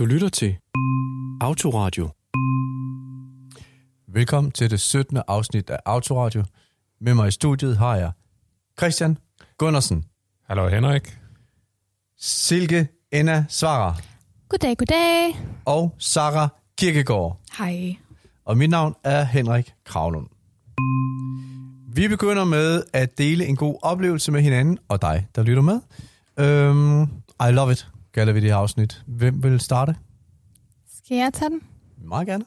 Du lytter til Autoradio. Velkommen til det 17. afsnit af Autoradio. Med mig i studiet har jeg Christian Gundersen. Hallo Henrik. Silke Enna Svara. Goddag, goddag. Og Sara Kirkegaard. Hej. Og mit navn er Henrik Kravlund. Vi begynder med at dele en god oplevelse med hinanden og dig, der lytter med. I love it, kalder vi det her afsnit. Hvem vil starte? Skal jeg tage den? Meget gerne.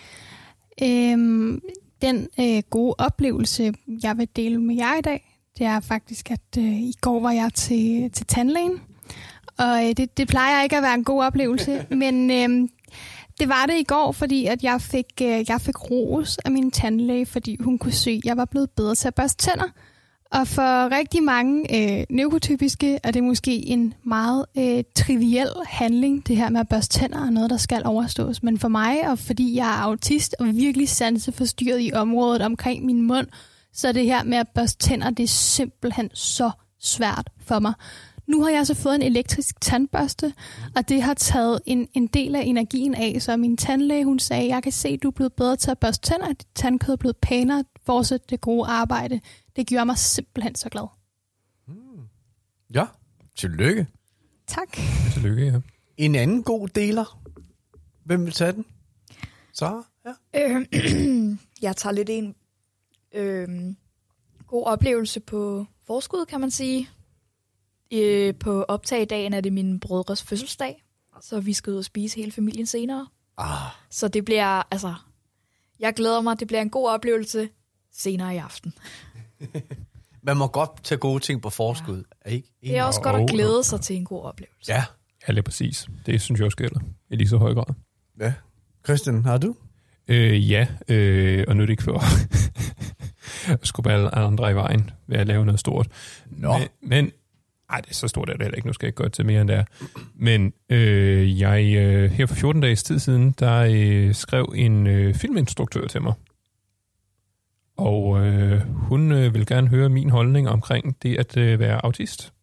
Den gode oplevelse, jeg vil dele med jer i dag, det er faktisk, at i går var jeg til tandlægen. Og det plejer ikke at være en god oplevelse, men det var det i går, fordi at jeg fik ros af min tandlæge, fordi hun kunne se, at jeg var blevet bedre til at børste tænder. Og for rigtig mange neurotypiske er det måske en meget triviel handling, det her med at børste tænder, og noget, der skal overstås. Men for mig, og fordi jeg er autist og virkelig sanseforstyrret i området omkring min mund, så er det her med at børste tænder, det er simpelthen så svært for mig. Nu har jeg så fået en elektrisk tandbørste, og det har taget en del af energien af. Så min tandlæge, hun sagde, jeg kan se, at du er blevet bedre til at børste tænder, at dit tandkød er blevet pænere, fortsæt det gode arbejde. Det gjorde mig simpelthen så glad. Ja, tillykke. Tak. Tillykke, ja. En anden god deler. Hvem vil tage den? Sara? Ja. Jeg tager lidt en god oplevelse på forskud, kan man sige. På optagedagen er det min brødres fødselsdag, så vi skal ud og spise hele familien senere. Så det bliver, jeg glæder mig, det bliver en god oplevelse senere i aften. Man må godt tage gode ting på forskud. Ja. Ikke? Det er også godt at glæde sig til en god oplevelse. Ja. Ja, lige præcis. Det synes jeg også gælder i lige så høj grad. Ja. Christian, har du? Ja, og nu er det ikke for at skubbe alle andre i vejen ved at lave noget stort. Nå. Men det er så stort er det heller ikke. Nu skal jeg ikke gøre det til mere end det er. Men jeg her for 14 dages tid siden, der skrev en filminstruktør til mig. Og hun vil gerne høre min holdning omkring det at være autist.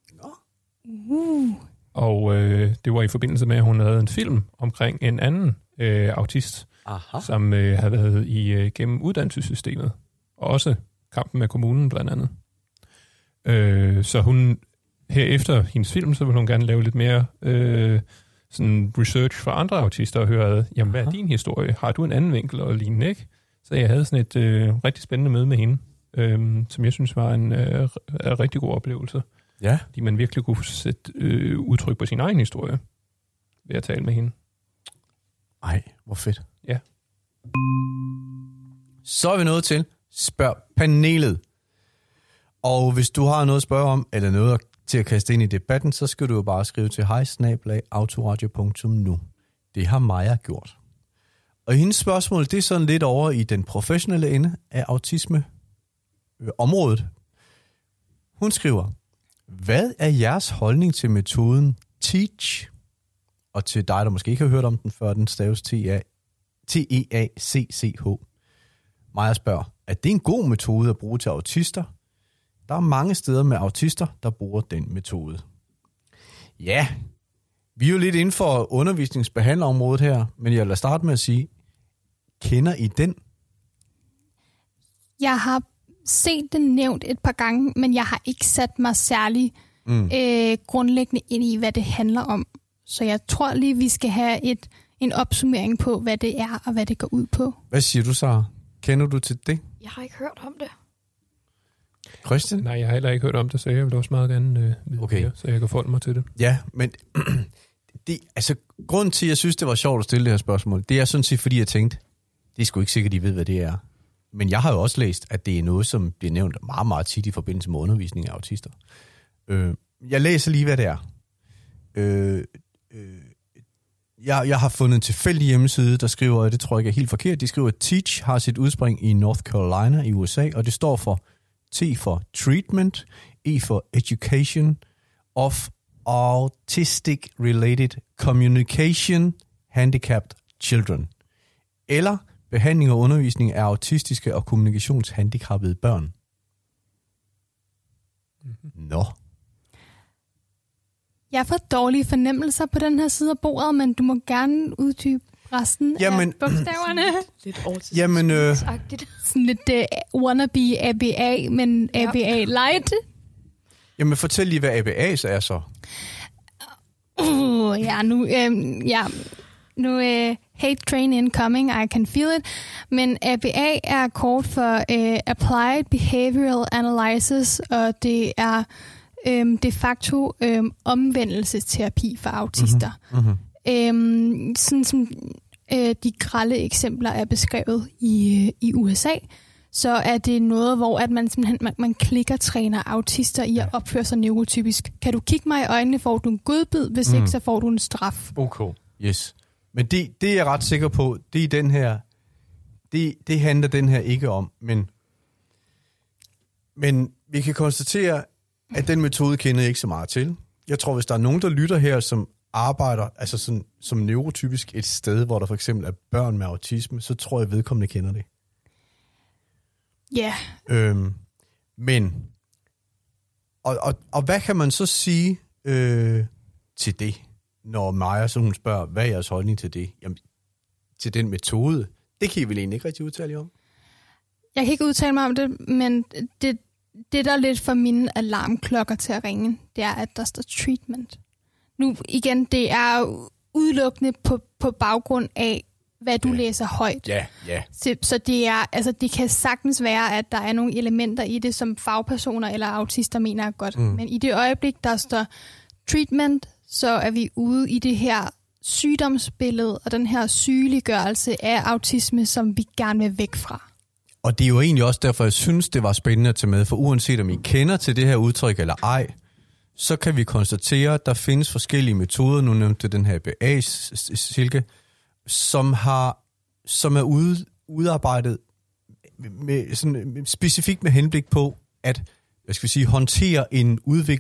Og det var i forbindelse med, at hun havde en film omkring en anden autist, som havde været igennem uddannelsessystemet. Og også kampen med kommunen blandt andet. Så hun herefter hendes film, så vil hun gerne lave lidt mere sådan research for andre autister og høre, jamen hvad er din historie? Har du en anden vinkel og lignende, ikke? Så jeg havde sådan et rigtig spændende møde med hende, som jeg synes var en rigtig god oplevelse. Ja. Fordi man virkelig kunne sætte udtryk på sin egen historie ved at tale med hende. Ej, hvor fedt. Ja. Så er vi nået til Spørg panelet. Og hvis du har noget at spørge om, eller noget til at kaste ind i debatten, så skal du jo bare skrive til hej@autoradio.nu. Det har Maja gjort. Og hendes spørgsmål, det er sådan lidt over i den professionelle ende af autisme-området. Hun skriver, hvad er jeres holdning til metoden TEACH? Og til dig, der måske ikke har hørt om den før, den staves TEACCH. Maja spørger, er det en god metode at bruge til autister? Der er mange steder med autister, der bruger den metode. Ja, vi er jo lidt inden for undervisningsbehandlerområdet her, men jeg vil starte med at sige, kender I den? Jeg har set den nævnt et par gange, men jeg har ikke sat mig særlig grundlæggende ind i, hvad det handler om. Så jeg tror lige, vi skal have en opsummering på, hvad det er og hvad det går ud på. Hvad siger du, Sara? Kender du til det? Jeg har ikke hørt om det. Christian? Nej, jeg har heller ikke hørt om det, så jeg vil også meget gerne vide mere, så jeg kan forholde mig til det. Ja, men grunden til, at jeg synes, det var sjovt at stille det her spørgsmål, det er sådan set, fordi jeg tænkte, det er sgu ikke sikkert, de ved, hvad det er. Men jeg har jo også læst, at det er noget, som bliver nævnt meget, meget tit i forbindelse med undervisning af autister. Jeg læser lige, hvad det er. Jeg har fundet en tilfældig hjemmeside, der skriver, og det tror jeg ikke er helt forkert, de skriver, at TEACH har sit udspring i North Carolina i USA, og det står for T for Treatment, E for Education of Autistic Related Communication Handicapped Children, eller behandling og undervisning af autistiske og kommunikationshandicappede børn. Jeg får dårlige fornemmelser på den her side af bordet, men du må gerne uddybe resten af bogstaverne. Lidt overtidsagtigt. Sådan lidt wannabe ABA, men ABA light. Jamen, fortæl lige, hvad ABA er så. Nu hate train incoming, I can feel it. Men ABA er kort for Applied Behavioral Analysis, og det er de facto omvendelsesterapi for autister. Sådan som de grelle eksempler er beskrevet i USA, så er det noget, hvor at man simpelthen man klikkertræner autister i at opføre sig neurotypisk. Kan du kigge mig i øjnene, får du en godbid, hvis ikke, så får du en straf. Okay, yes. Men det er jeg ret sikker på, det er den her, det handler den her ikke om, men vi kan konstatere, at den metode kender jeg ikke så meget til. Jeg tror, hvis der er nogen, der lytter her, som arbejder altså sådan, som neurotypisk et sted, hvor der for eksempel er børn med autisme, så tror jeg, vedkommende kender det. Ja. Yeah. Men, og hvad kan man så sige til det, når Maja så hun spørger, hvad er jeres holdning til det? Jamen, til den metode, det kan I vel egentlig ikke rigtig udtale jer om? Jeg kan ikke udtale mig om det, men det der er lidt for mine alarmklokker til at ringe, det er, at der står treatment. Nu igen, det er udelukkende på baggrund af, hvad du læser højt. Ja, ja. Så det er, altså det kan sagtens være, at der er nogle elementer i det, som fagpersoner eller autister mener er godt. Men i det øjeblik, der står treatment, så er vi ude i det her sygdomsbillede og den her sygeliggørelse af autisme, som vi gerne vil væk fra. Og det er jo egentlig også derfor, jeg synes, det var spændende at tage med, for uanset om I kender til det her udtryk eller ej, så kan vi konstatere, at der findes forskellige metoder, nu nævnte den her ABA, Silke, som er udarbejdet med, sådan, specifikt med henblik på at håndtere en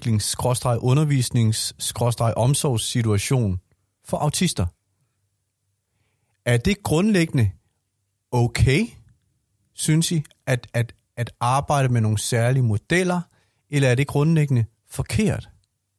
udviklings-undervisnings-omsorgssituation for autister. Er det grundlæggende okay, synes I, at arbejde med nogle særlige modeller, eller er det grundlæggende forkert?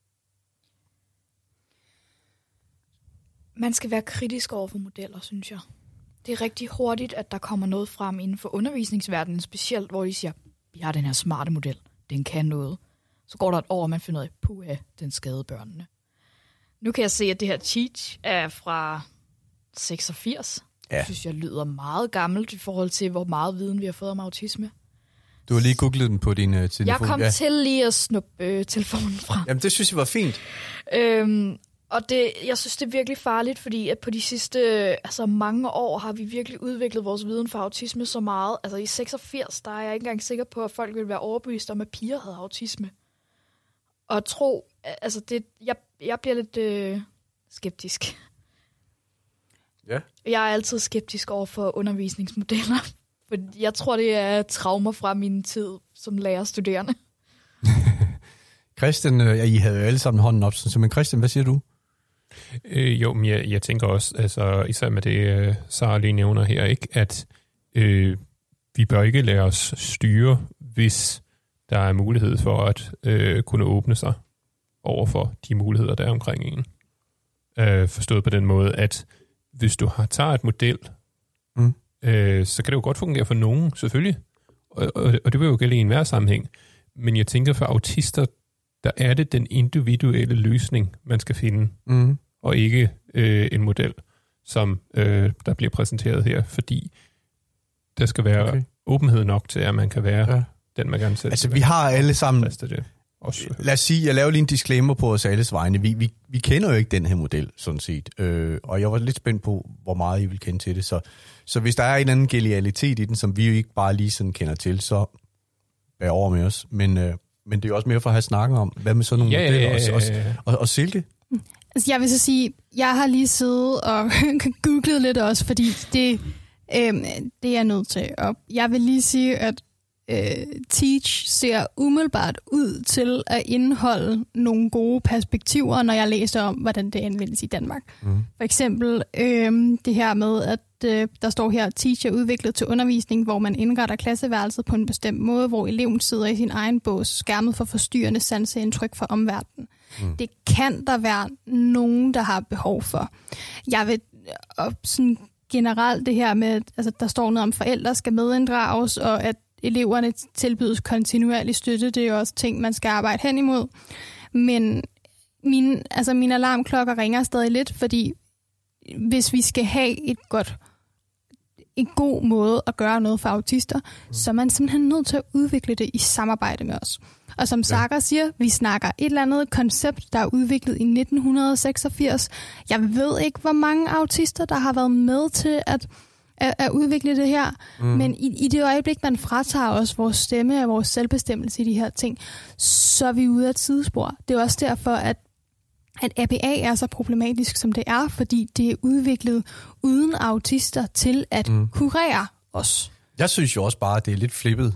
Man skal være kritisk over for modeller, synes jeg. Det er rigtig hurtigt, at der kommer noget frem inden for undervisningsverdenen, specielt hvor de siger, vi har den her smarte model, den kan noget. Så går der et år, og man finder ud af, puha, den skadede børnene. Nu kan jeg se, at det her Teach er fra 86. Ja. Jeg synes, jeg lyder meget gammelt i forhold til, hvor meget viden vi har fået om autisme. Du har lige googlet den på din telefon. Jeg kom til lige at snuppe telefonen fra. Jamen, det synes jeg var fint. Og jeg synes, det er virkelig farligt, fordi at på de sidste mange år har vi virkelig udviklet vores viden for autisme så meget. Altså i 86, der er jeg ikke engang sikker på, at folk ville være overbevist om, at piger havde autisme. Og jeg bliver lidt skeptisk. Ja. Jeg er altid skeptisk over for undervisningsmodeller, for jeg tror, det er traumer fra min tid som lærerstuderende. Christian, I havde jo alle sammen hånden op, men Christian, hvad siger du? Men jeg tænker også, altså især med det, Sara lige nævner her, ikke, at vi bør ikke lade os styre, hvis der er mulighed for at kunne åbne sig over for de muligheder, der er omkring en. Forstået på den måde, at hvis du tager et model, så kan det jo godt fungere for nogen, selvfølgelig. Og det vil jo gælde i enhver sammenhæng. Men jeg tænker for autister, der er det den individuelle løsning, man skal finde, og ikke en model, som der bliver præsenteret her, fordi der skal være åbenhed nok til, at man kan være den, man gerne selv. Altså, vi har alle sammen... Lad os sige, jeg laver lige en disclaimer på os alles vegne. Vi kender jo ikke den her model, sådan set. Og jeg var lidt spændt på, hvor meget I vil kende til det. Så hvis der er en anden genialitet i den, som vi jo ikke bare lige sådan kender til, så bær over med os. Men det er jo også mere for at have snakket om, hvad med sådan nogle modeller. Og Silke? Altså, jeg vil så sige, jeg har lige siddet og googlet lidt også, fordi det er jeg nødt til. Og jeg vil lige sige, at Teach ser umiddelbart ud til at indeholde nogle gode perspektiver, når jeg læser om, hvordan det anvendes i Danmark. For eksempel det her med, at der står her, Teach er udviklet til undervisning, hvor man indretter klasseværelset på en bestemt måde, hvor eleven sidder i sin egen bås, skærmet for forstyrrende sanseindtryk fra omverdenen. Det kan der være nogen, der har behov for. Jeg vil sådan generelt det her med, altså der står noget om, forældre skal medinddrages, og at eleverne tilbydes kontinuerlig støtte. Det er jo også ting, man skal arbejde hen imod. Men mine alarmklokker ringer stadig lidt, fordi hvis vi skal have en god måde at gøre noget for autister, så er man simpelthen nødt til at udvikle det i samarbejde med os. Og som Saga siger, vi snakker et eller andet koncept, der er udviklet i 1986. Jeg ved ikke, hvor mange autister, der har været med til at udvikle det her. Men i det øjeblik, man fratager os vores stemme og vores selvbestemmelse i de her ting, så er vi ude af et sidespor. Det er også derfor, at ABA er så problematisk, som det er, fordi det er udviklet uden autister til at kurere os. Jeg synes jo også bare, at det er lidt flippet,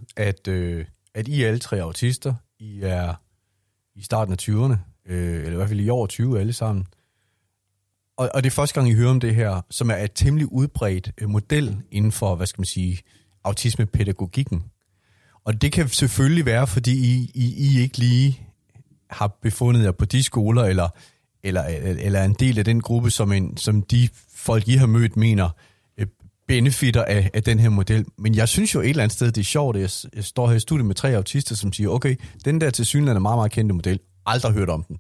at I alle 3 autister, I er i starten af 20'erne, eller i hvert fald i over 20 alle sammen. Og det er første gang, I hører om det her, som er et temmelig udbredt model inden for, hvad skal man sige, autismepædagogikken. Og det kan selvfølgelig være, fordi I ikke lige har befundet jer på de skoler, eller en del af den gruppe, som de folk, I har mødt, mener benefitter af den her model. Men jeg synes jo et eller andet sted, det er sjovt, at jeg står her i studiet med 3 autister, som siger, okay, den der tilsyneladende meget, meget kendte model, aldrig hørt om den.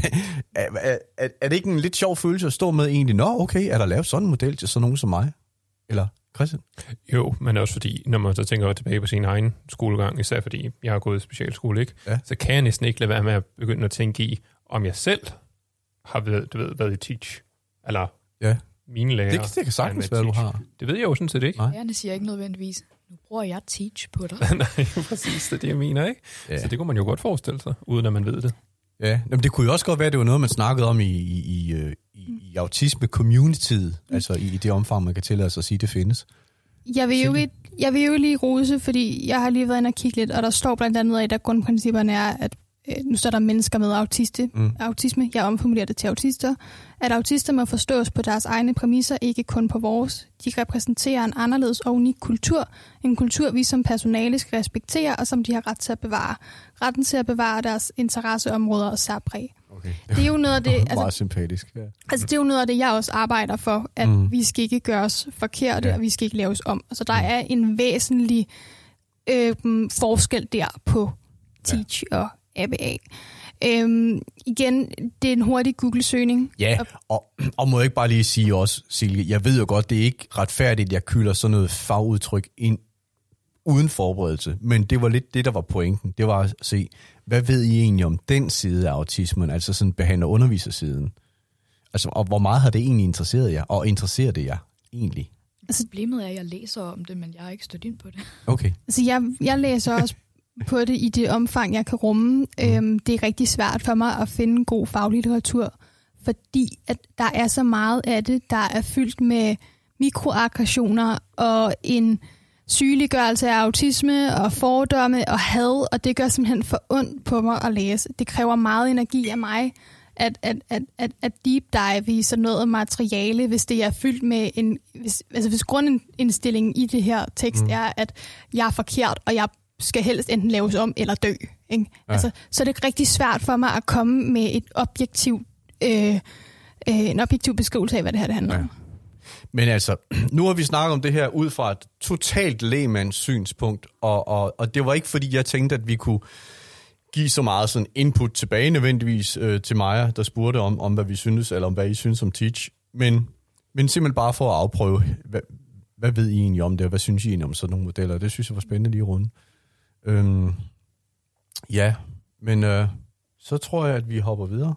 Er det ikke en lidt sjov følelse at stå med egentlig, nå okay, er der lavet sådan en model til sådan nogen som mig? Eller Christian? Jo, men også fordi, når man så tænker tilbage på sin egen skolegang, især fordi jeg har gået i specialskole, ikke? Ja. Så kan jeg næsten ikke lade være med at begynde at tænke i, om jeg selv har været i teach, eller mine lærere. Det kan sagtens være, du har. Det ved jeg jo sådan set ikke. Lærerne siger ikke nødvendigvis, nu bruger jeg teach på dig. Nej, præcis, det er det, jeg mener, ikke? Ja. Så det kunne man jo godt forestille sig, uden at man ved det. Ja, men det kunne jo også godt være, at det var noget, man snakkede om i autisme-communityet, altså i det omfang, man kan tillade sig at sige, det findes. Jeg vil jo lige rose, fordi jeg har lige været inde og kigge lidt, og der står blandt andet, at grundprincipperne er, at nu står der mennesker med autisme. Jeg omformulerer det til autister. At autister må forstås på deres egne præmisser, ikke kun på vores. De repræsenterer en anderledes og unik kultur. En kultur, vi som personale skal respektere, og som de har ret til at bevare. Retten til at bevare deres interesseområder og særpræg. Okay. Det er jo noget af det... meget sympatisk. Ja. Altså, det er jo noget af det, jeg også arbejder for, at vi skal ikke gøre os forkerte, og vi skal ikke laves om. Altså, der er en væsentlig forskel der på teach og ABA. Igen, det er en hurtig Google-søgning. Ja, og må jeg ikke bare lige sige også, Silje, jeg ved jo godt, det er ikke retfærdigt, at jeg kylder sådan noget fagudtryk ind uden forberedelse, men det var lidt det, der var pointen. Det var at se, hvad ved I egentlig om den side af autismen, altså sådan behandler-undervisersiden? Altså, og hvor meget har det egentlig interesseret jer, og interesserer det jer egentlig? Altså, problemet er, at jeg læser om det, men jeg har ikke stødt ind på det. Okay. Altså, jeg læser også på det i det omfang, jeg kan rumme. Det er rigtig svært for mig at finde god faglitteratur, fordi at der er så meget af det, der er fyldt med mikroaggressioner og en sygeliggørelse af autisme og fordomme og had, og det gør simpelthen for ondt på mig at læse. Det kræver meget energi af mig at deep dive i sådan noget materiale, hvis det er fyldt med hvis grundindstillingen i det her tekst er, at jeg er forkert, og jeg skal helst enten laves om eller dø. Ikke? Ja. Altså, så er det rigtig svært for mig at komme med et en objektiv beskrivelse af, hvad det her det handler om. Men altså, nu har vi snakket om det her ud fra et totalt lægmands synspunkt, og det var ikke fordi, jeg tænkte, at vi kunne give så meget sådan input tilbage nødvendigvis til Maja, der spurgte om, hvad vi synes, eller om hvad I synes om teach. Men simpelthen bare for at afprøve, hvad ved I egentlig om det, og hvad synes I egentlig om sådan nogle modeller? Det synes jeg var spændende lige rundt. Ja, men så tror jeg, at vi hopper videre.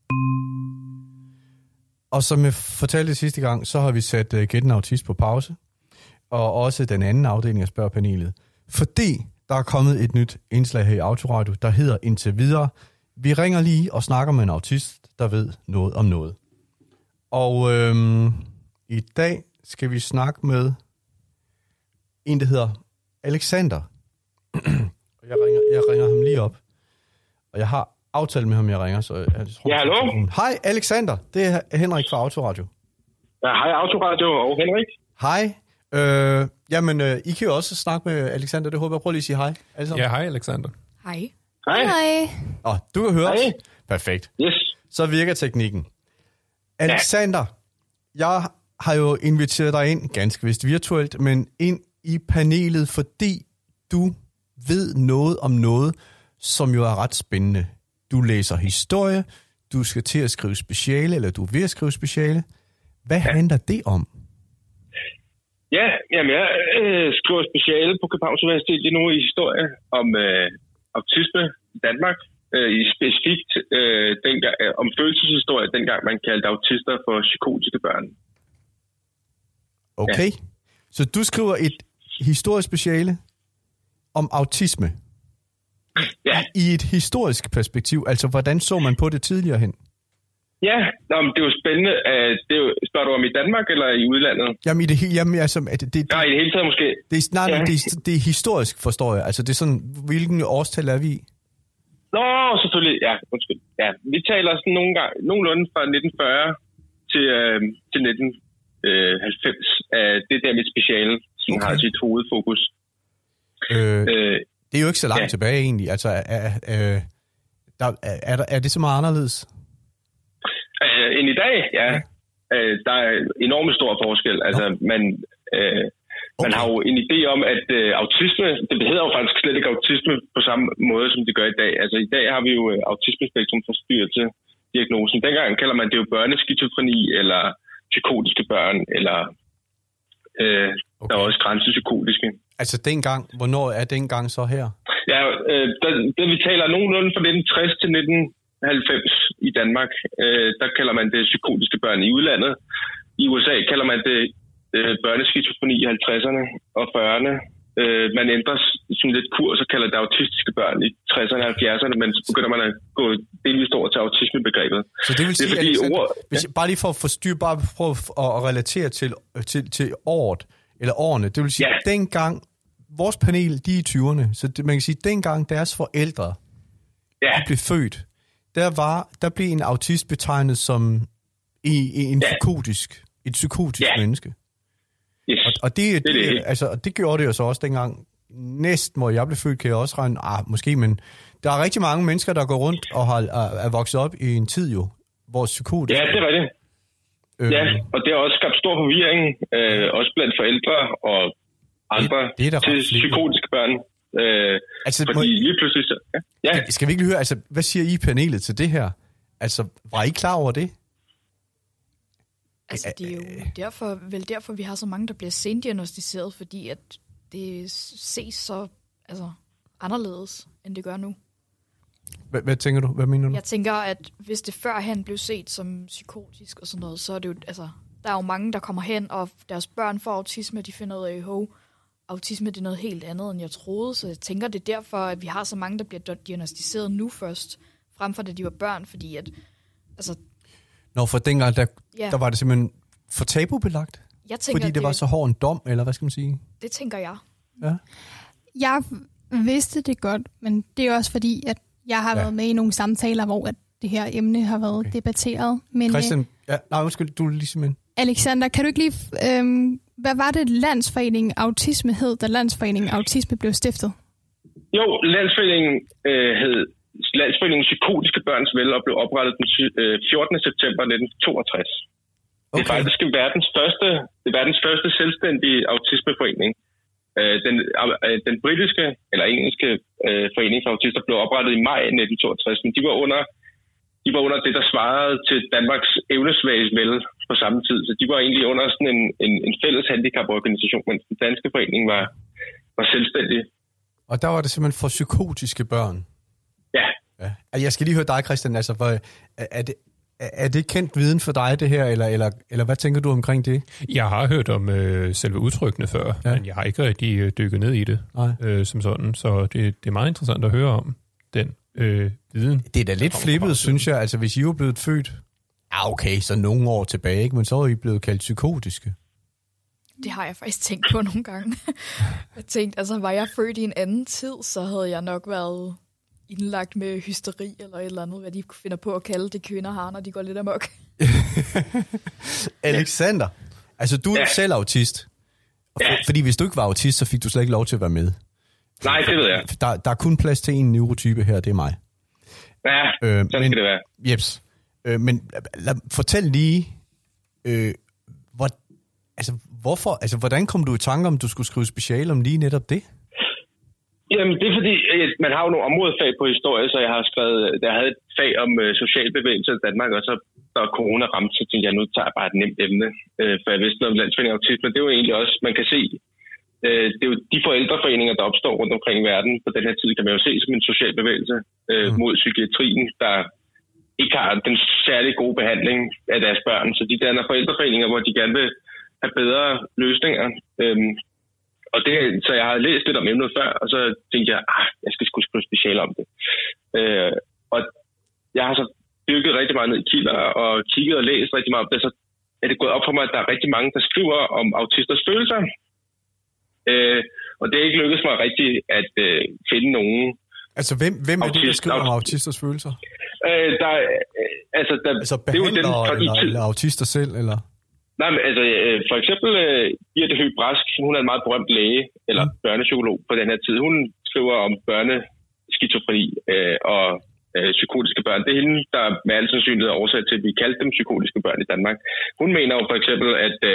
Og som jeg fortalte sidste gang, så har vi sat Gæt en Autist på pause, og også den anden afdeling af spørgepanelet, fordi der er kommet et nyt indslag her i Autoradio, der hedder Indtil Videre. Vi ringer lige og snakker med en autist, der ved noget om noget. Og i dag skal vi snakke med en, der hedder Alexander. Jeg ringer ham lige op. Og jeg har aftalt med ham, jeg ringer. Så jeg tror, ja, hallo? Hej Alexander, det er Henrik fra Autoradio. Ja, hej Autoradio og Henrik. Hej. Jamen, I kan jo også snakke med Alexander, det håber jeg. Prøv lige at sige hej. Ja, hej Alexander. Hej. Hej. Hej. Du kan høre os. Perfekt. Yes. Så virker teknikken. Alexander, jeg har jo inviteret dig ind, ganske vist virtuelt, men ind i panelet, fordi du ved noget om noget, som jo er ret spændende. Du læser historie, du skal til at skrive speciale, eller du er ved at skrive speciale. Hvad handler det om? Ja, jamen jeg skriver speciale på Københavns Universitet lige nu i historie om autisme i Danmark. Specifikt om følelseshistorie, dengang man kaldte autister for psykotiske børn. Okay, ja. Så du skriver et historiespeciale om autisme. Ja. I et historisk perspektiv, altså hvordan så man på det tidligere hen? Ja, det er jo spændende. Det er jo, spørger du om i Danmark eller i udlandet? Jamen, i det hele taget måske. Det er historisk, forstår jeg. Altså det er sådan, hvilken årstal er vi i? Nå, selvfølgelig. Ja, undskyld. Ja, vi taler sådan nogenlunde fra 1940 til 1990. Det er der mit speciale, som har sit hovedfokus. Det er jo ikke så langt tilbage egentlig. Altså, er det så meget anderledes? End i dag, ja. Der er enormt stor forskel. Altså, man har jo en idé om, at autisme, det hedder jo faktisk slet ikke autisme på samme måde, som det gør i dag. Altså, i dag har vi jo autismespektrumforstyrrelse diagnosen. Dengang kalder man det jo børneskizofreni, eller psykotiske børn, eller der er også grænsepsykotiske. Altså dengang, hvornår er dengang så her? Ja, det vi taler nogenlunde fra 1960 til 1990 i Danmark, der kalder man det psykotiske børn. I udlandet, i USA kalder man det børneskizofreni i 50'erne og 40'erne. Man ændrer sådan lidt kurs og kalder det autistiske børn i 60'erne og 70'erne, men så begynder man at gå delvist over til autismebegrebet. Så det vil sige, det er fordi, bare lige for at forstyrre, bare prøve at relatere til året, eller årene. Det vil sige, dengang, vores panel, de er i 20'erne, så man kan sige, dengang deres forældre de blev født, der blev en autist betegnet som et psykotisk menneske. Yes. Og det gjorde det jo så også dengang. Næsten, hvor jeg blev født, kan jeg også regne, måske, men der er rigtig mange mennesker, der går rundt og er vokset op i en tid jo, hvor psykotisk... Ja, det var det. Ja, og det har også skabt stor forvirring, også blandt forældre og andre til psykotiske børn. Fordi lige pludselig så... Ja. Skal vi ikke høre, altså, hvad siger I panelet til det her? Altså, var I klar over det? Altså, det er jo derfor, vi har så mange, der bliver sendiagnostiseret, fordi at det ses så anderledes, end det gør nu. Hvad tænker du? Hvad mener du? Jeg tænker, at hvis det førhen blev set som psykotisk og sådan noget, så er det jo, der er jo mange, der kommer hen, og deres børn får autisme, og de finder ud af, autisme det er noget helt andet, end jeg troede, så jeg tænker, det er derfor, at vi har så mange, der bliver diagnostiseret nu først, frem for da de var børn, fordi at, for dengang, der var det simpelthen for tabubelagt? Jeg tænker, fordi det var så hård en dom, eller hvad skal man sige? Det tænker jeg. Ja. Jeg vidste det godt, men det er også fordi, at jeg har været med i nogle samtaler, hvor at det her emne har været debatteret. Men, Christian, undskyld, du er ligesom en... Alexander, kan du ikke lige... hvad var det, Landsforeningen Autisme hed, da Landsforeningen Autisme blev stiftet? Jo, Landsforeningen hed Landsforeningen Psykotiske Børns Vel og blev oprettet den 14. september 1962. Okay. Det er faktisk verdens første selvstændige autismeforening. Den britiske eller engelske forening for autister blev oprettet i maj 1962, men de var under det, der svarede til Danmarks evnesvages-vel på samme tid. Så de var egentlig under sådan en fælles handicaporganisation, mens den danske forening var selvstændig. Og der var det simpelthen for psykotiske børn? Ja. Jeg skal lige høre dig, Christian. Altså, er det kendt viden for dig, det her, eller hvad tænker du omkring det? Jeg har hørt om selve udtrykkene før, men jeg har ikke rigtig dykket ned i det som sådan, så det er meget interessant at høre om den viden. Det er da lidt flippet, synes jeg, altså hvis I var blevet født, okay, så nogle år tilbage, ikke? Men så er I blevet kaldt psykotiske. Det har jeg faktisk tænkt på nogle gange. Jeg tænkte, var jeg født i en anden tid, så havde jeg nok været indlagt med hysteri eller et eller andet, hvad de finder på at kalde det kvinder har, når de går lidt amok. Alexander, altså du er selv autist. Fordi hvis du ikke var autist, så fik du slet ikke lov til at være med. Nej, det ved jeg. Der er kun plads til en neurotype her, det er mig. Ja, sådan skal det være. Jeps. Men fortæl lige, hvordan kom du i tanke om, du skulle skrive speciale om lige netop det? Jamen, det er fordi, man har jo nogle områdefag på historie, så jeg havde et fag om social bevægelse i Danmark, og så da corona ramte, så tænkte jeg, nu tager jeg bare et nemt emne, for jeg vidste noget om Landsforeningen Autisme. Det er jo egentlig også, man kan se, det er jo de forældreforeninger, der opstår rundt omkring i verden på den her tid, kan man jo se som en social bevægelse mod psykiatrien, der ikke har den særlig gode behandling af deres børn. Så de danner forældreforeninger, hvor de gerne vil have bedre løsninger. Og så jeg har læst lidt om emnet før, og så tænkte jeg, jeg skal sgu skrive speciale om det. Og jeg har så dykket rigtig meget ned i kilder og kigget og læst rigtig meget om det, så er det gået op for mig, at der er rigtig mange, der skriver om autisters følelser. Og det er ikke lykkedes mig rigtig at finde nogen. Altså, hvem er det, der skriver om autisters følelser? Behandlere eller autister selv, eller? Nej, men altså, for eksempel Birte Høgh Brask, hun er en meget berømt læge, eller børnepsykolog på den her tid. Hun skriver om børneskizofreni og psykotiske børn. Det er hende, der med al sandsynlighed er årsag til, at vi kaldte dem psykotiske børn i Danmark. Hun mener jo for eksempel,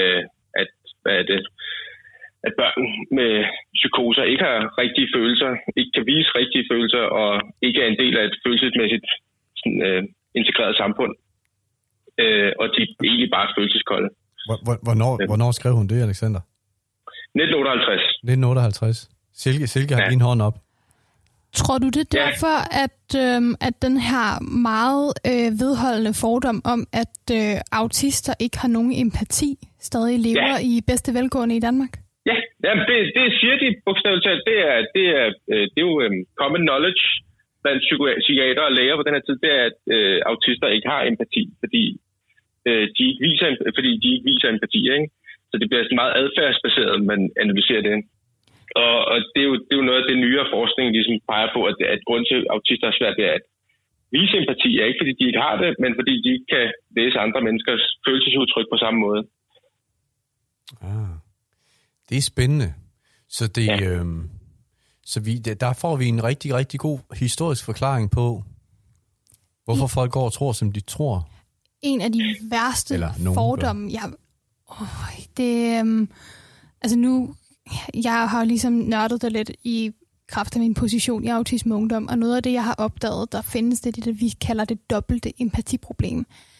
at børn med psykoser ikke har rigtige følelser, ikke kan vise rigtige følelser, og ikke er en del af et følelsesmæssigt integreret samfund. Og de er egentlig bare følelseskolde. Hvornår skrev hun det, Alexander? 1958. 1958. Silke har din hånd op. Tror du, det er derfor, at den her meget vedholdende fordom om, at autister ikke har nogen empati, stadig lever i bedste velgående i Danmark? Ja, jamen det siger de bogstaveligt talt. Det er jo common knowledge blandt psykiatere og læger på den her tid, det er, at autister ikke har empati, fordi de ikke viser empati, ikke? Så det bliver meget adfærdsbaseret, man analyserer det. Og det er jo noget af det nyere forskning, ligesom peger på, at grunden til, at autister er svært ved at vise empati, er ikke fordi de ikke har det, men fordi de ikke kan læse andre menneskers følelsesudtryk på samme måde. Det er spændende. Så det, der får vi en rigtig, rigtig god historisk forklaring på, hvorfor folk går og tror, som de tror. En af de værste fordomme, jeg har ligesom nørdet det lidt i kraft af min position i Autisme Ungdom, og noget af det, jeg har opdaget, der findes det, vi kalder det dobbelte empatiproblem.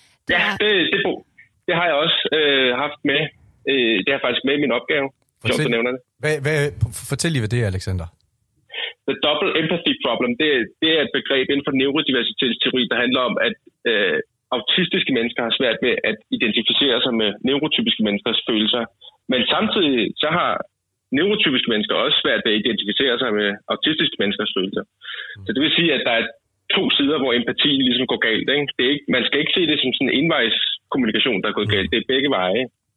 Det har jeg også haft med. Det har jeg faktisk med i min opgave. Fortæl lige, hvad det er, Alexander. The double empathy problem, det er et begreb inden for neurodiversitetsteori, der handler om, at autistiske mennesker har svært ved at identificere sig med neurotypiske menneskers følelser. Men samtidig så har neurotypiske mennesker også svært ved at identificere sig med autistiske menneskers følelser. Så det vil sige, at der er to sider, hvor empatien ligesom går galt. Ikke? Det er ikke, man skal ikke se det som sådan en envejs kommunikation, der er gået galt. Det er begge veje.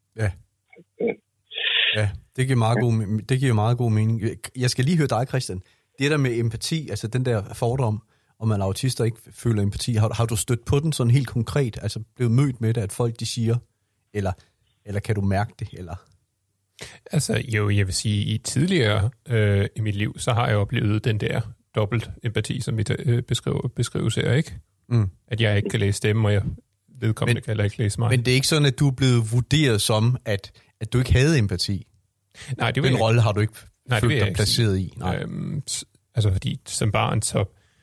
Ja, det giver meget god mening. Jeg skal lige høre dig, Christian. Det der med empati, altså den der fordom, om man autister ikke føler empati, har du stødt på den sådan helt konkret? Altså blevet mødt med det, at folk de siger, eller kan du mærke det? Eller? Altså jo, jeg vil sige, i tidligere i mit liv, så har jeg oplevet den der dobbelt empati, som vi beskrives her, ikke? At jeg ikke kan læse stemme, og jeg vedkommende kan heller ikke læse mig. Men det er ikke sådan, at du er blevet vurderet som, at du ikke havde empati? Nej, det den rolle har du ikke følt dig placeret i? Nej. Altså fordi som barn, så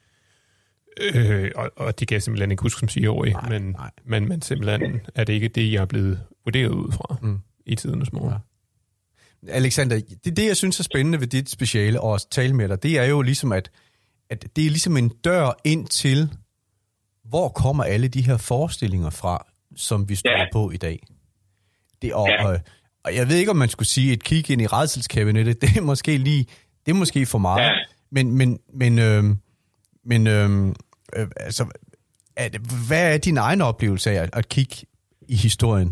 og det kan jeg simpelthen ikke huske som 10-årig, men simpelthen er det ikke det, jeg er blevet vurderet ud fra i tidernes morgen. Ja. Alexander, det jeg synes er spændende ved dit speciale og at tale med dig, det er jo ligesom, at det er ligesom en dør ind til, hvor kommer alle de her forestillinger fra, som vi står på i dag. Og jeg ved ikke, om man skulle sige, et kig ind i rædselskabinettet, det er måske for meget. Ja. Men altså, hvad er din egen oplevelse af at kigge i historien?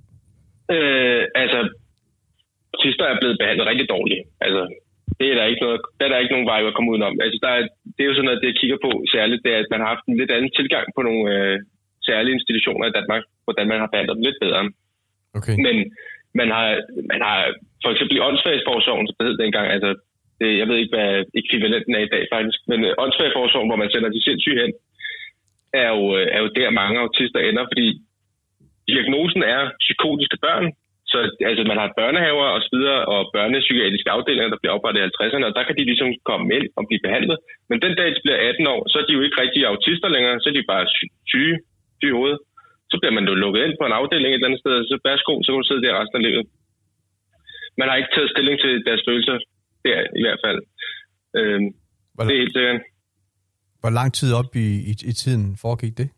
Autister er blevet behandlet rigtig dårligt. Altså, det er der ikke nogen vej at komme udenom. Altså, det er jo sådan noget, det jeg kigger på særligt, det er, at man har haft en lidt anden tilgang på nogle særlige institutioner i Danmark, hvordan man har behandlet dem lidt bedre. Okay. Men man har for eksempel i åndssvageforsorgen, som det hed dengang, altså, jeg ved ikke, hvad ekvivalenten er i dag faktisk, men åndssvageforsorgen, hvor man sender de sindssyge hen, er jo der, mange autister ender, fordi diagnosen er psykotiske børn. Så altså, man har børnehaver og så videre, og børnepsykiatriske afdelinger, der bliver oprettet i 50'erne, og der kan de ligesom komme ind og blive behandlet. Men den dag, de bliver 18 år, så er de jo ikke rigtige autister længere, så er de bare syge i hovedet. Så bliver man jo lukket ind på en afdeling et eller andet sted, og så værsgo, så kan du sidde der resten af livet. Man har ikke taget stilling til deres følelser, der i hvert fald. Det er helt sikkert. Hvor lang tid op i tiden foregik det?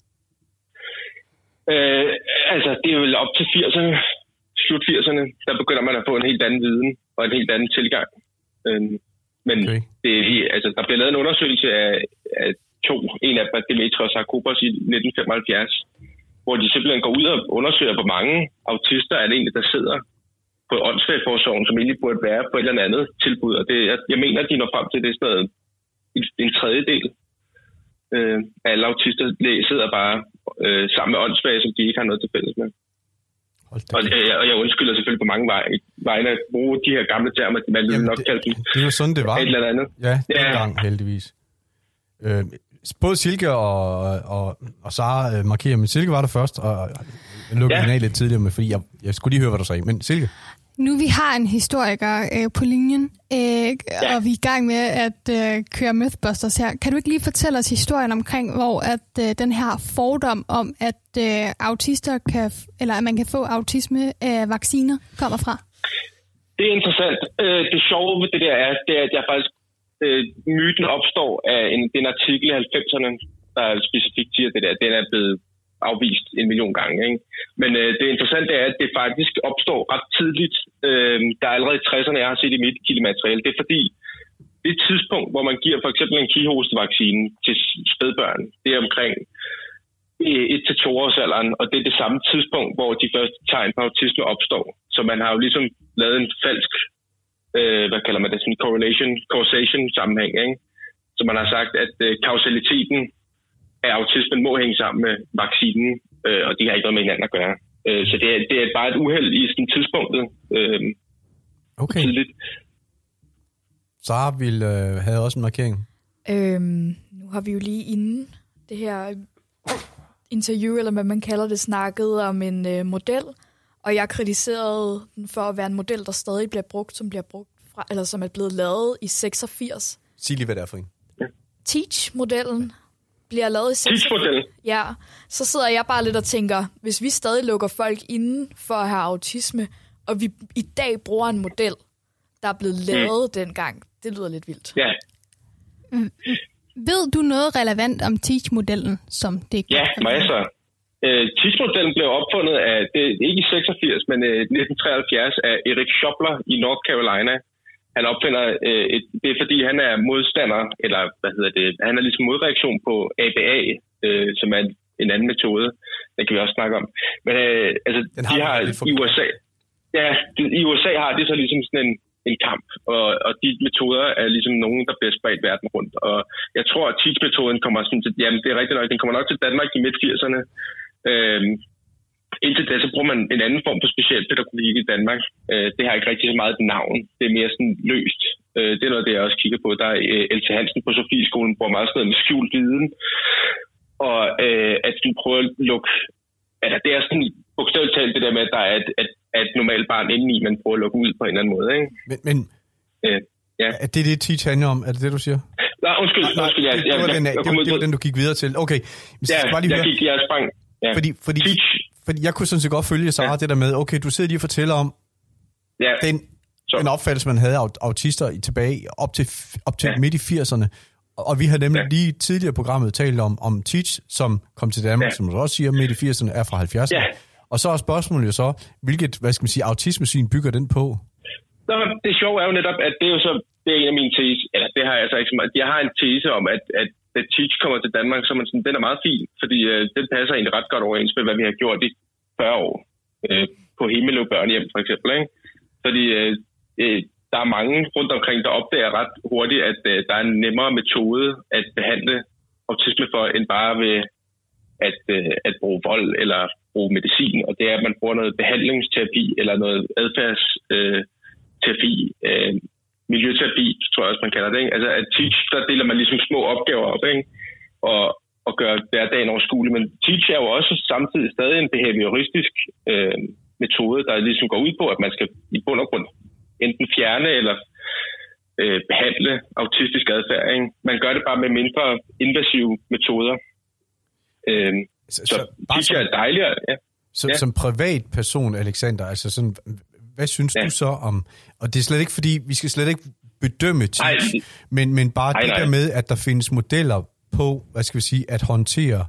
Altså, det er vel op til 80'erne. Slut 80'erne, der begynder man at få en helt anden viden og en helt anden tilgang. Men okay. Der bliver lavet en undersøgelse af en af dem, Demetrios Sarkopoulos i 1975, hvor de simpelthen går ud og undersøger, hvor mange autister er det egentlig, der sidder på åndssvageforsorgen, som egentlig burde være på et eller andet tilbud. Og jeg mener, at de når frem til det sådan en tredjedel af alle autister sidder bare sammen med åndssvage, som de ikke har noget til fælles med. Og jeg undskylder selvfølgelig på mange vegne at bruge de her gamle termer, man vil nok kalde dem. Det er jo sådan, det var. Et eller andet. Ja, dengang heldigvis. Både Silke og Sara markerer, men Silke var der først, og jeg lukkede den af lidt tidligere med, fordi jeg skulle lige høre, hvad du sagde. Men Silke? Nu vi har en historiker på linjen, og vi er i gang med at køre Mythbusters her. Kan du ikke lige fortælle os historien omkring, hvor at den her fordom om, at autister at man kan få autisme vacciner kommer fra? Det er interessant. Det sjove ved det der er, at jeg faktisk myten opstår af en artikel i 90'erne, der specifikt siger det der. Den er blevet afvist 1 million gange. Ikke? Men det interessante er, at det faktisk opstår ret tidligt. Der er allerede i 60'erne, jeg har set i mit kildemateriale. Det er fordi, det tidspunkt, hvor man giver for eksempel en kihostevaccine til spædbørn, det er omkring 1-2 års alderen, og det er det samme tidspunkt, hvor de første tegn på autisme opstår. Så man har jo ligesom lavet en falsk, hvad kalder man det, sådan causation sammenhæng. Ikke? Så man har sagt, at kausaliteten af autismen må hænge sammen med vaccinen, og de har ikke noget med hinanden at gøre. Så det er bare et uheld i sådan tidspunktet. Okay. Tidligt. Sara havde også en markering. Nu har vi jo lige inden det her interview, eller hvad man kalder det, snakket om en model, og jeg kritiserede den for at være en model, der stadig bliver brugt, som er blevet lavet i 86. Sig lige, hvad det er for en. Teach-modellen bliver lavet i 86. Teach-modellen? Ja, så sidder jeg bare lidt og tænker, hvis vi stadig lukker folk inden for at have autisme, og vi i dag bruger en model, der er blevet lavet dengang, det lyder lidt vildt. Ja. Ved du noget relevant om Teach-modellen, som det Ja, masser. Teach-modellen blev opfundet af, ikke i 86, men 1973 af Eric Schopler i North Carolina. Han opfinder, det er fordi han er modstander, eller han er ligesom modreaktion på ABA, som er en anden metode. Den kan vi også snakke om. Men de har i USA, i USA har de så ligesom sådan en kamp, og de metoder er ligesom nogen, der bliver spredt verden rundt. Og jeg tror, at Teach-metoden kommer sådan til, jamen det er rigtigt nok, den kommer nok til Danmark i midt-80'erne. Indtil da, så bruger man en anden form for specialpædagogik i Danmark. Det har ikke rigtig så meget et navn. Det er mere sådan løst. Det er noget, det jeg også kigger på. Der er Else Hansen på Sofieskolen, bruger meget sådan med skjult viden. Og at du prøver at lukke... Altså, det er sådan bogstaveligt talt det der med, at der er et normalt barn indeni, man prøver at lukke ud på en eller anden måde. Ikke? Men er det Teach handler om? Er det det, du siger? Nej, undskyld. Det var den, du gik videre til. Okay. Jeg sprang. Ja. Fordi jeg kunne sådan set godt følge Sara det der med, okay, du sidder lige og fortæller om den opfattelse, man havde af autister tilbage op til midt i 80'erne. Og vi har nemlig lige tidligere i programmet talt om Teach, som kom til Danmark, som du også siger, midt i 80'erne er fra 70'erne. Ja. Og så er spørgsmålet jo så, hvilket, autismesyn bygger den på? Det sjove er jo netop, at det er jo så, det er en af mine tese, eller det har jeg altså ikke så meget. Jeg har en tese om, at Teach kommer til Danmark, så den er meget fin, fordi den passer egentlig ret godt overens med, hvad vi har gjort i 40 år på Himmeløv Børnehjem for eksempel. Ikke? Fordi der er mange rundt omkring, der opdager ret hurtigt, at der er en nemmere metode at behandle autisme for, end bare ved at bruge vold eller bruge medicin. Og det er, at man bruger noget behandlingsterapi eller noget adfærdsterapi, miljøterapi, tror jeg også, man kalder det. Ikke? Altså at Teach, der deler man ligesom små opgaver op, ikke? at gøre hverdagen overskuelig. Men teach er jo også samtidig stadig en behavioristisk metode, der ligesom går ud på, at man skal i bund og grund enten fjerne eller behandle autistisk adfærd. Ikke? Man gør det bare med mindre invasive metoder. Så teach er dejligere. Ja. Som privatperson, Alexander, altså sådan, hvad synes du så om, og det er slet ikke fordi, vi skal slet ikke bedømme teach, men bare det der med, at der findes modeller på, hvad skal vi sige, at håndtere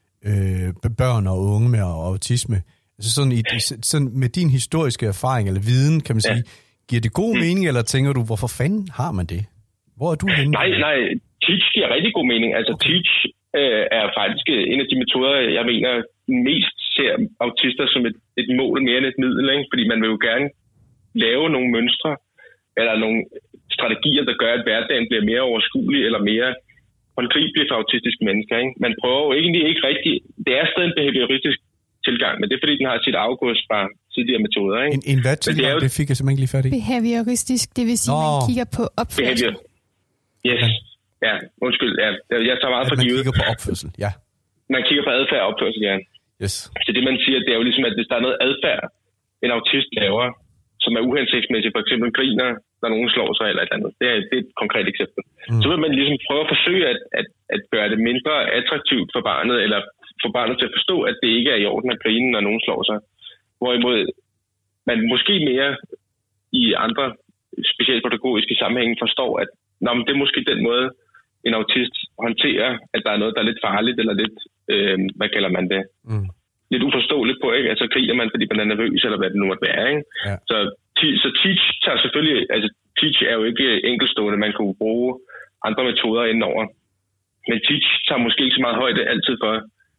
børn og unge med autisme. Altså sådan med din historiske erfaring eller viden, kan man sige, giver det god mening, eller tænker du, hvorfor fanden har man det? Hvor er du henne? Nej, teach giver rigtig god mening. Altså teach er faktisk en af de metoder, jeg mener mest ser autister som et mål mere end et middel, ikke? Fordi man vil jo gerne lave nogle mønstre, eller nogle strategier, der gør, at hverdagen bliver mere overskuelig, eller mere håndgribelig for autistiske mennesker. Ikke? Man prøver jo egentlig ikke rigtig, det er stadig en behavioristisk tilgang, men det er fordi, den har sit afgås fra tidligere metoder. Ikke? En hvad tilgang? Det fik jeg simpelthen ikke lige fat i. Behavioristisk, det vil sige, at man kigger på opførsel. Yes. Ja, undskyld. Ja. Jeg tager meget for givet. Man kigger på opførsel, ja. Man kigger på adfærd og opførsel, ja. Yes. Så det, man siger, det er jo ligesom, at hvis der er noget adfærd, en autist laver, som er uhensigtsmæssigt, for eksempel griner, når nogen slår sig eller et andet. Det er et konkret eksempel. Så vil man ligesom prøve at forsøge at gøre det mindre attraktivt for barnet, eller få barnet til at forstå, at det ikke er i orden at grine, når nogen slår sig. Hvorimod man måske mere i andre specialpædagogiske sammenhænge forstår, at det er måske den måde, en autist håndterer, at der er noget, der er lidt farligt, eller lidt, hvad kalder man det, lidt uforståeligt på, ikke? Altså griner man, fordi man er nervøs, eller hvad det nu måtte være, ikke? Ja. Så teach tager selvfølgelig, altså teach er jo ikke enkeltstående, man kan jo bruge andre metoder indenover. Men teach tager måske ikke så meget højde altid for,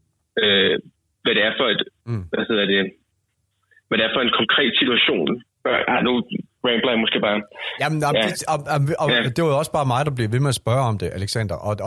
hvad det er for et, hvad det er for en konkret situation. Nu rambler jeg måske bare. Jamen, det var jo også bare mig, der blev ved med at spørge om det, Alexander. Og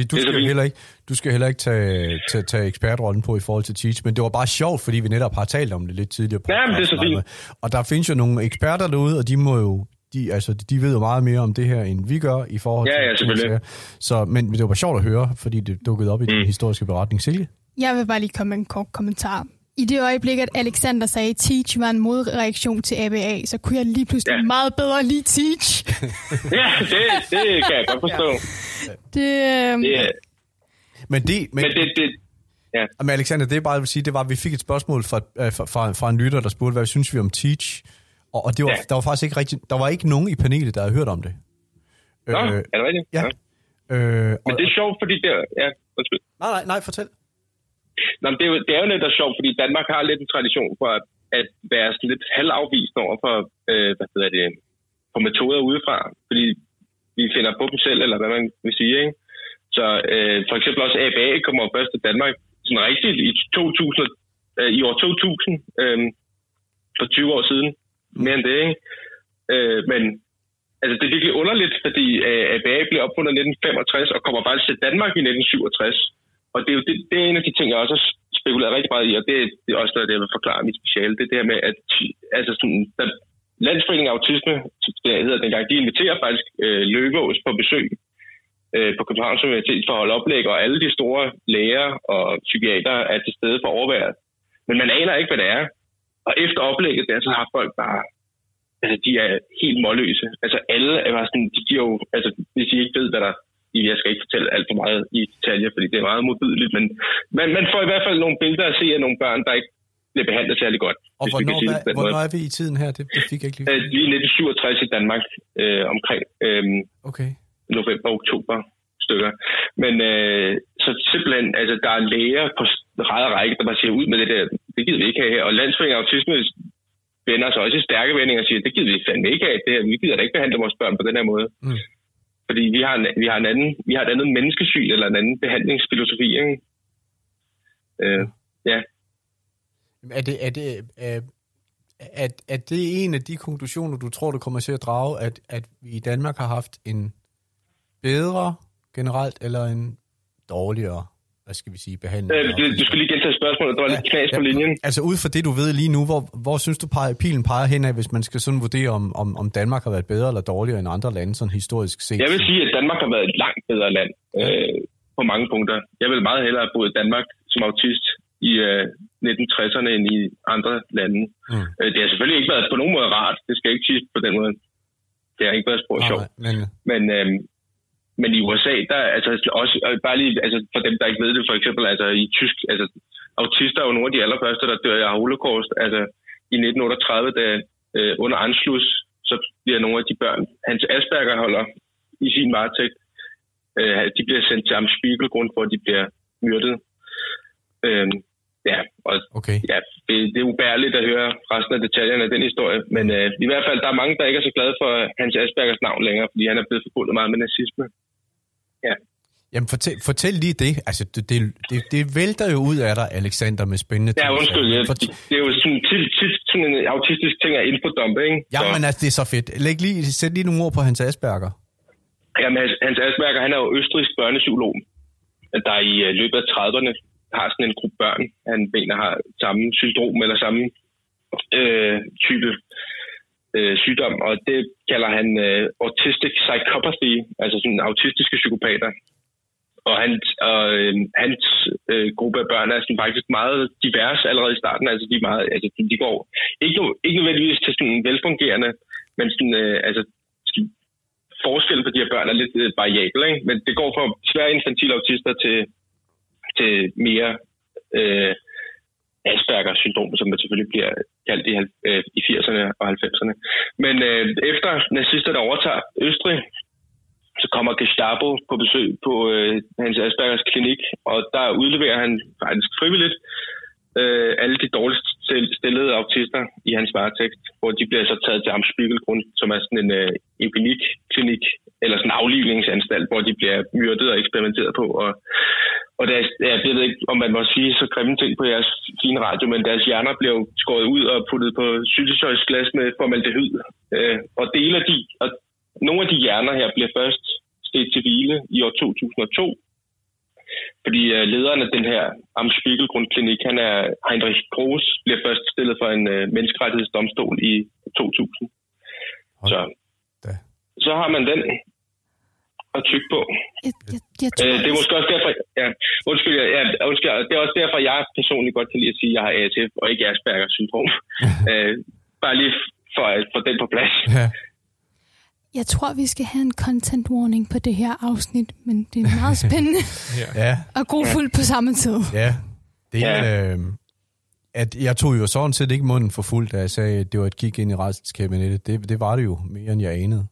du skal heller ikke tage ekspertrollen på i forhold til teach, men det var bare sjovt, fordi vi netop har talt om det lidt tidligere. Ja, men det er så fint. Og der findes jo nogle eksperter derude, og de må jo, de ved jo meget mere om det her, end vi gør i forhold til... Ja, selvfølgelig. Men det var bare sjovt at høre, fordi det dukkede op i den historiske beretning. Silje? Jeg vil bare lige komme med en kort kommentar. I det øjeblik, at Alexander sagde, at Teach var en modreaktion til ABA, så kunne jeg lige pludselig meget bedre lide Teach. Ja, det kan jeg godt forstå. Men Alexander, det er bare at sige, det var, at vi fik et spørgsmål fra en lytter, der spurgte, hvad synes vi om Teach? Og det var, der var faktisk ikke rigtig, der var ikke nogen i panelet, der havde hørt om det. Nå, er det rigtigt? Ja. Men det er sjovt, fordi det Nej, fortæl. Nå, men det er jo lidt sjovt, fordi Danmark har lidt en tradition for at være sådan lidt halvafvist over for, for metoder udefra, fordi vi finder på dem selv, eller hvad man vil sige, ikke? Så for eksempel også ABA kommer først til Danmark sådan rigtigt i år 2000, for 20 år siden, mere end det, ikke? Men altså, det er virkelig underligt, fordi ABA blev opfundet i 1965 og kommer faktisk til Danmark i 1967. Og det er jo det er en af de ting, jeg også har spekuleret rigtig meget i, og det er også noget, jeg vil forklare mit speciale. Det er det her med, at altså sådan, Landsforeningen Autisme, det hedder dengang, de inviterer faktisk Løvås på besøg på Københavns Universitet for at holde oplæg, og alle de store læger og psykiatere er til stede for overværet. Men man aner ikke, hvad det er. Og efter oplægget der, så har folk bare, altså de er helt målløse. Altså alle er bare sådan, de giver jo, altså hvis I ikke ved, hvad der. Jeg skal ikke fortælle alt for meget i detaljer, fordi det er meget modbydeligt, men man får i hvert fald nogle billeder at se af nogle børn, der ikke bliver behandlet særlig godt. Og hvornår er vi i tiden her? Det fik jeg ikke lige. Vi er 1967 i Danmark, omkring november, oktober stykker. Men så simpelthen, altså der er læger på række og række, der bare siger ud med det der, det gider vi ikke have her. Og Landsforeningen Autisme vender sig også i stærke vendinger og siger, det gider vi fandme ikke have, det her. Vi gider da ikke behandle vores børn på den her måde. Fordi vi har et andet menneskesyn, eller en anden behandlingsfilosofi, ikke? Ja. Er det en af de konklusioner, du tror, du kommer til at drage, at vi i Danmark har haft en bedre generelt, eller en dårligere, hvad skal vi sige, behandling? Du skal lige gentage spørgsmålet, der var lidt knas på linjen. Altså ud fra det, du ved lige nu, hvor synes du pilen peger hen af, hvis man skal sådan vurdere, om Danmark har været bedre eller dårligere end andre lande, sådan historisk set? Jeg vil sige, at Danmark har været et langt bedre land. på mange punkter. Jeg vil meget hellere have boet i Danmark som autist i 1960'erne end i andre lande. Det har selvfølgelig ikke været på nogen måde rart. Det skal ikke siges på den måde. Det har ikke været spor sjovt. Men i USA, der altså også bare lige altså for dem, der ikke ved det, for eksempel altså i tysk, altså autister er jo nogle af de allerførste, der dør af holocaust. Altså i 1938, da under Anschluss, så bliver nogle af de børn, Hans Asperger holder i sin varetægt, de bliver sendt til Am Spiegelgrund, hvor de bliver myrdet. Det er ubærligt at høre resten af detaljerne af den historie, men i hvert fald, der er mange, der ikke er så glade for Hans Aspergers navn længere, fordi han er blevet forbundet meget med nazisme. Ja. Jamen, fortæl lige det. Altså, det vælter jo ud af dig, Alexander, med spændende ting. Ja, undskyld. Det er jo sådan en autistisk ting af infodumpe, ikke? Jamen, altså, det er så fedt. Sæt lige nogle ord på Hans Asperger. Jamen, Hans Asperger, han er jo østrigsk børnepsykolog, der i løbet af 30'erne har sådan en gruppe børn, han mener har samme syndrom eller samme type sygdom, og det kalder han autistic psychopathy, altså sådan autistiske psykopater. Og hans gruppe af børn er sådan faktisk meget diverse allerede i starten, altså de går ikke nødvendigvis til sådan velfungerende, men sådan forskellen på de her børn er lidt variabel, ikke? Men det går fra svære infantile autister til mere Aspergers syndrom, som det selvfølgelig bliver kaldt i 80'erne og 90'erne. Men efter nazisterne overtager Østrig, så kommer Gestapo på besøg på Hans Aspergers klinik, og der udleverer han faktisk frivilligt alle de dårligst stillede autister i hans varetægt, hvor de bliver så taget til Am Spiegelgrund, som er sådan en eugenikklinik, eller sådan en aflivningsanstalt, hvor de bliver myrdet og eksperimenteret på. Og jeg ved ikke, om man må sige så grimme ting på jeres fine radio, men deres hjerner blev skåret ud og puttet på syltetøjsglas med formaldehyd. Og nogle af de hjerner her bliver først stedt til hvile i år 2002, fordi lederen af den her Am Spiegelgrund-klinik, han er Heinrich Groß, bliver først stillet for en menneskerettighedsdomstol i 2000. Så har man den at tygge på. Det er måske også derfor, det er også derfor, jeg personligt godt kan lide at sige, at jeg har ASF og ikke Aspergers syndrom. Bare lige for at få den på plads. Ja. Jeg tror, vi skal have en content warning på det her afsnit, men det er meget spændende og grofuldt på samme tid. Ja, at jeg tog jo sådan set ikke munden for fuld, da jeg sagde, at det var et kig ind i retskabinettet. Det var det jo mere, end jeg anede.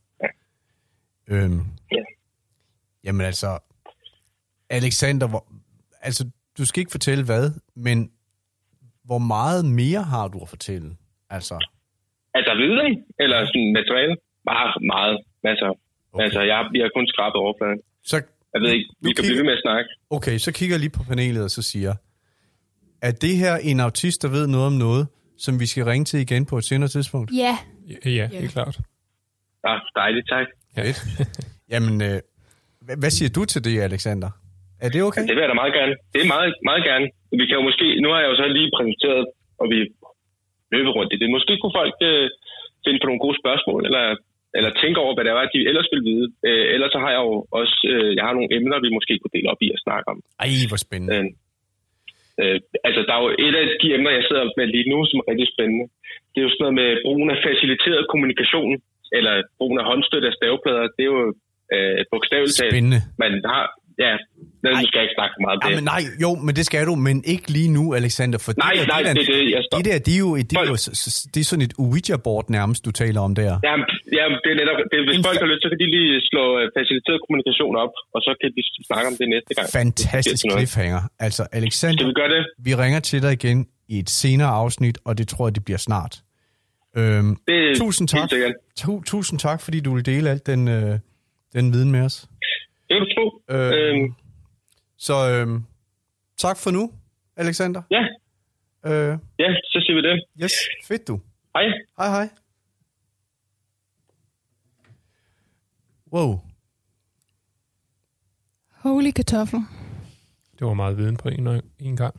Jamen altså, Alexander, du skal ikke fortælle hvad, men hvor meget mere har du at fortælle? Altså viden eller sådan materiale? Meget. Masser. Okay. Altså, vi har kun skrabet overfladen. Så, jeg ved ikke, vi kan blive ved med at snakke. Okay, så kigger jeg lige på panelet og så siger, er det her en autist, der ved noget om noget, som vi skal ringe til igen på et senere tidspunkt? Ja, helt klart. Ja, dejligt, tak. Ja. Jamen, hvad siger du til det, Alexander? Er det okay? Ja, det vil jeg da meget gerne. Det er meget, meget gerne. Vi kan jo måske, nu har jeg jo så lige præsenteret, og vi løbet rundt i det. Måske kunne folk finde på nogle gode spørgsmål, eller tænke over, hvad det var, de ellers ville vide. Ellers så har jeg jo også jeg har nogle emner, vi måske kunne dele op i og snakke om. Ej, hvor spændende. Der er jo et af de emner, jeg sidder med lige nu, som er rigtig spændende. Det er jo sådan noget med brugen af faciliteret kommunikation, eller brugen af håndstøtte af staveplader. Det er jo bogstaveligt talt. Spændende. Man har, nu skal jeg ikke snakke meget om det. Nej, jo, men det skal du, men ikke lige nu, Alexander. For det er det er sådan et Ouija-board nærmest, du taler om der. Ja, det er netop, hvis folk har lyst, så kan de lige slå faciliteret kommunikation op, og så kan de snakke om det næste gang. Fantastisk cliffhanger. Altså, Alexander, skal vi gøre det? Vi ringer til dig igen i et senere afsnit, og det tror jeg, det bliver snart. Tusind tak. Tusind tak, fordi du vil dele alt den viden med os. Det er du tro. Tak for nu, Alexander. Ja. Så siger vi det. Yes, fedt du. Hej. Hej. Wow. Holy kartoffel. Det var meget viden på en gang.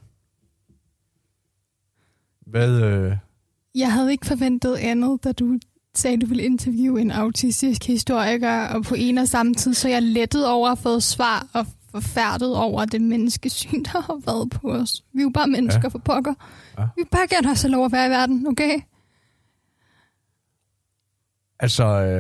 Hvad? Jeg havde ikke forventet andet, da du sagde, du ville interviewe en autistisk historiker, og på en og samme tid, så jeg lettede over at få svar og forfærdet over det menneskesyn, der har været på os. Vi er jo bare mennesker for pokker. Ja. Vi vil bare gerne have så lov at være i verden, okay? Altså,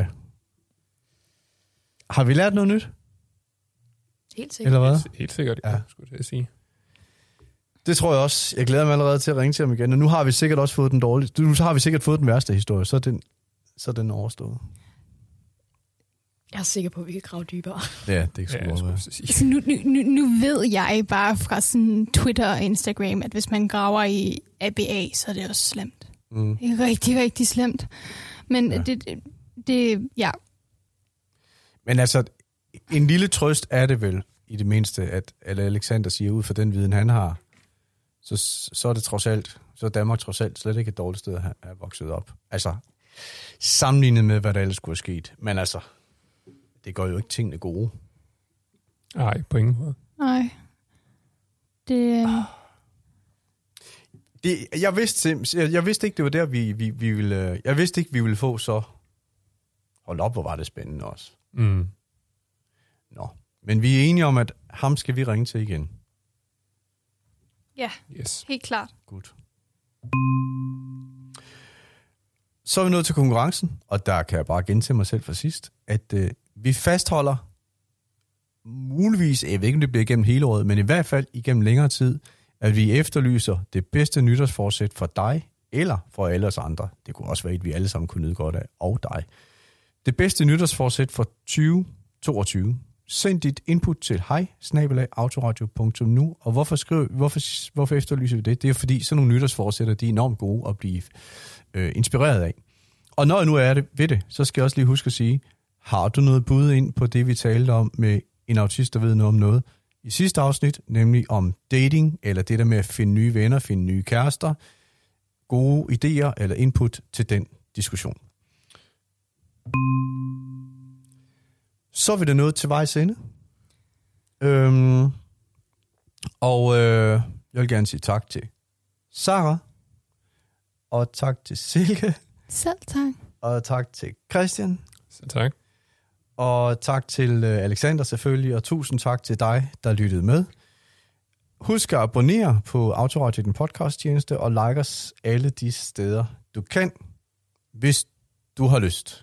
har vi lært noget nyt? Helt sikkert. Eller hvad? Helt sikkert, ja. Skulle jeg sige. Det tror jeg også. Jeg glæder mig allerede til at ringe til ham igen. Og nu har vi sikkert også fået den dårlige. Nu har vi sikkert fået den værste historie. Så er den overstået. Jeg er sikker på, at vi kan grave dybere. Ja, det kan sgu være. Altså, nu ved jeg bare fra sådan Twitter og Instagram, at hvis man graver i ABA, så er det også slemt. Det er rigtig, rigtig slemt. Men ja. Men altså, en lille trøst er det vel, i det mindste, at Alexander siger, ud fra den viden, han har, så er det trods alt, så er Danmark trods alt slet ikke et dårligt sted at have vokset op. Altså, sammenlignet med, hvad der ellers skulle have sket. Men altså, det gør jo ikke tingene gode. Nej, på ingen måde. Nej. Jeg vidste ikke, det var der, vi ville... Jeg vidste ikke, vi ville få så... Hold op, hvor var det spændende også. Mm. Nå. Men vi er enige om, at ham skal vi ringe til igen. Ja, yes. Helt klart. Godt. Så er vi nået til konkurrencen, og der kan jeg bare gentage mig selv fra sidst, at vi fastholder muligvis, jeg ved ikke, om det bliver igennem hele året, men i hvert fald igennem længere tid, at vi efterlyser det bedste nytårsforsæt for dig, eller for alle os andre. Det kunne også være et, vi alle sammen kunne nyde godt af, og dig. Det bedste nytårsforsæt for 2022. Send dit input til hej@autoradio.nu. Og hvorfor efterlyser vi det? Det er fordi, sådan nogle nytårsforsætter, de er enormt gode at blive inspireret af. Og når jeg nu er det ved det, så skal jeg også lige huske at sige, har du noget bud ind på det, vi talte om med en autist, der ved noget om noget i sidste afsnit, nemlig om dating, eller det der med at finde nye venner, finde nye kærester, gode idéer eller input til den diskussion. Så er vi da nået til vejs ende. Jeg vil gerne sige tak til Sarah, og tak til Silke. Selv tak. Og tak til Christian. Selv tak. Og tak til Alexander selvfølgelig, og tusind tak til dig, der lyttede med. Husk at abonnere på Autoradio, den podcasttjeneste, og like os alle de steder, du kan, hvis du har lyst.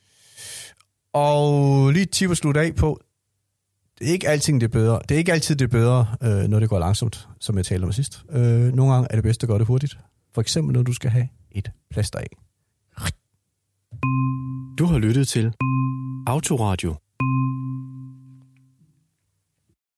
Og lige et tip at slutte af på, det er ikke altid det bedre. Det er ikke altid det bedre, når det går langsomt, som jeg talte om sidst. Nogle gange er det bedst at gøre det hurtigt. For eksempel, når du skal have et plaster af. Du har lyttet til Autoradio.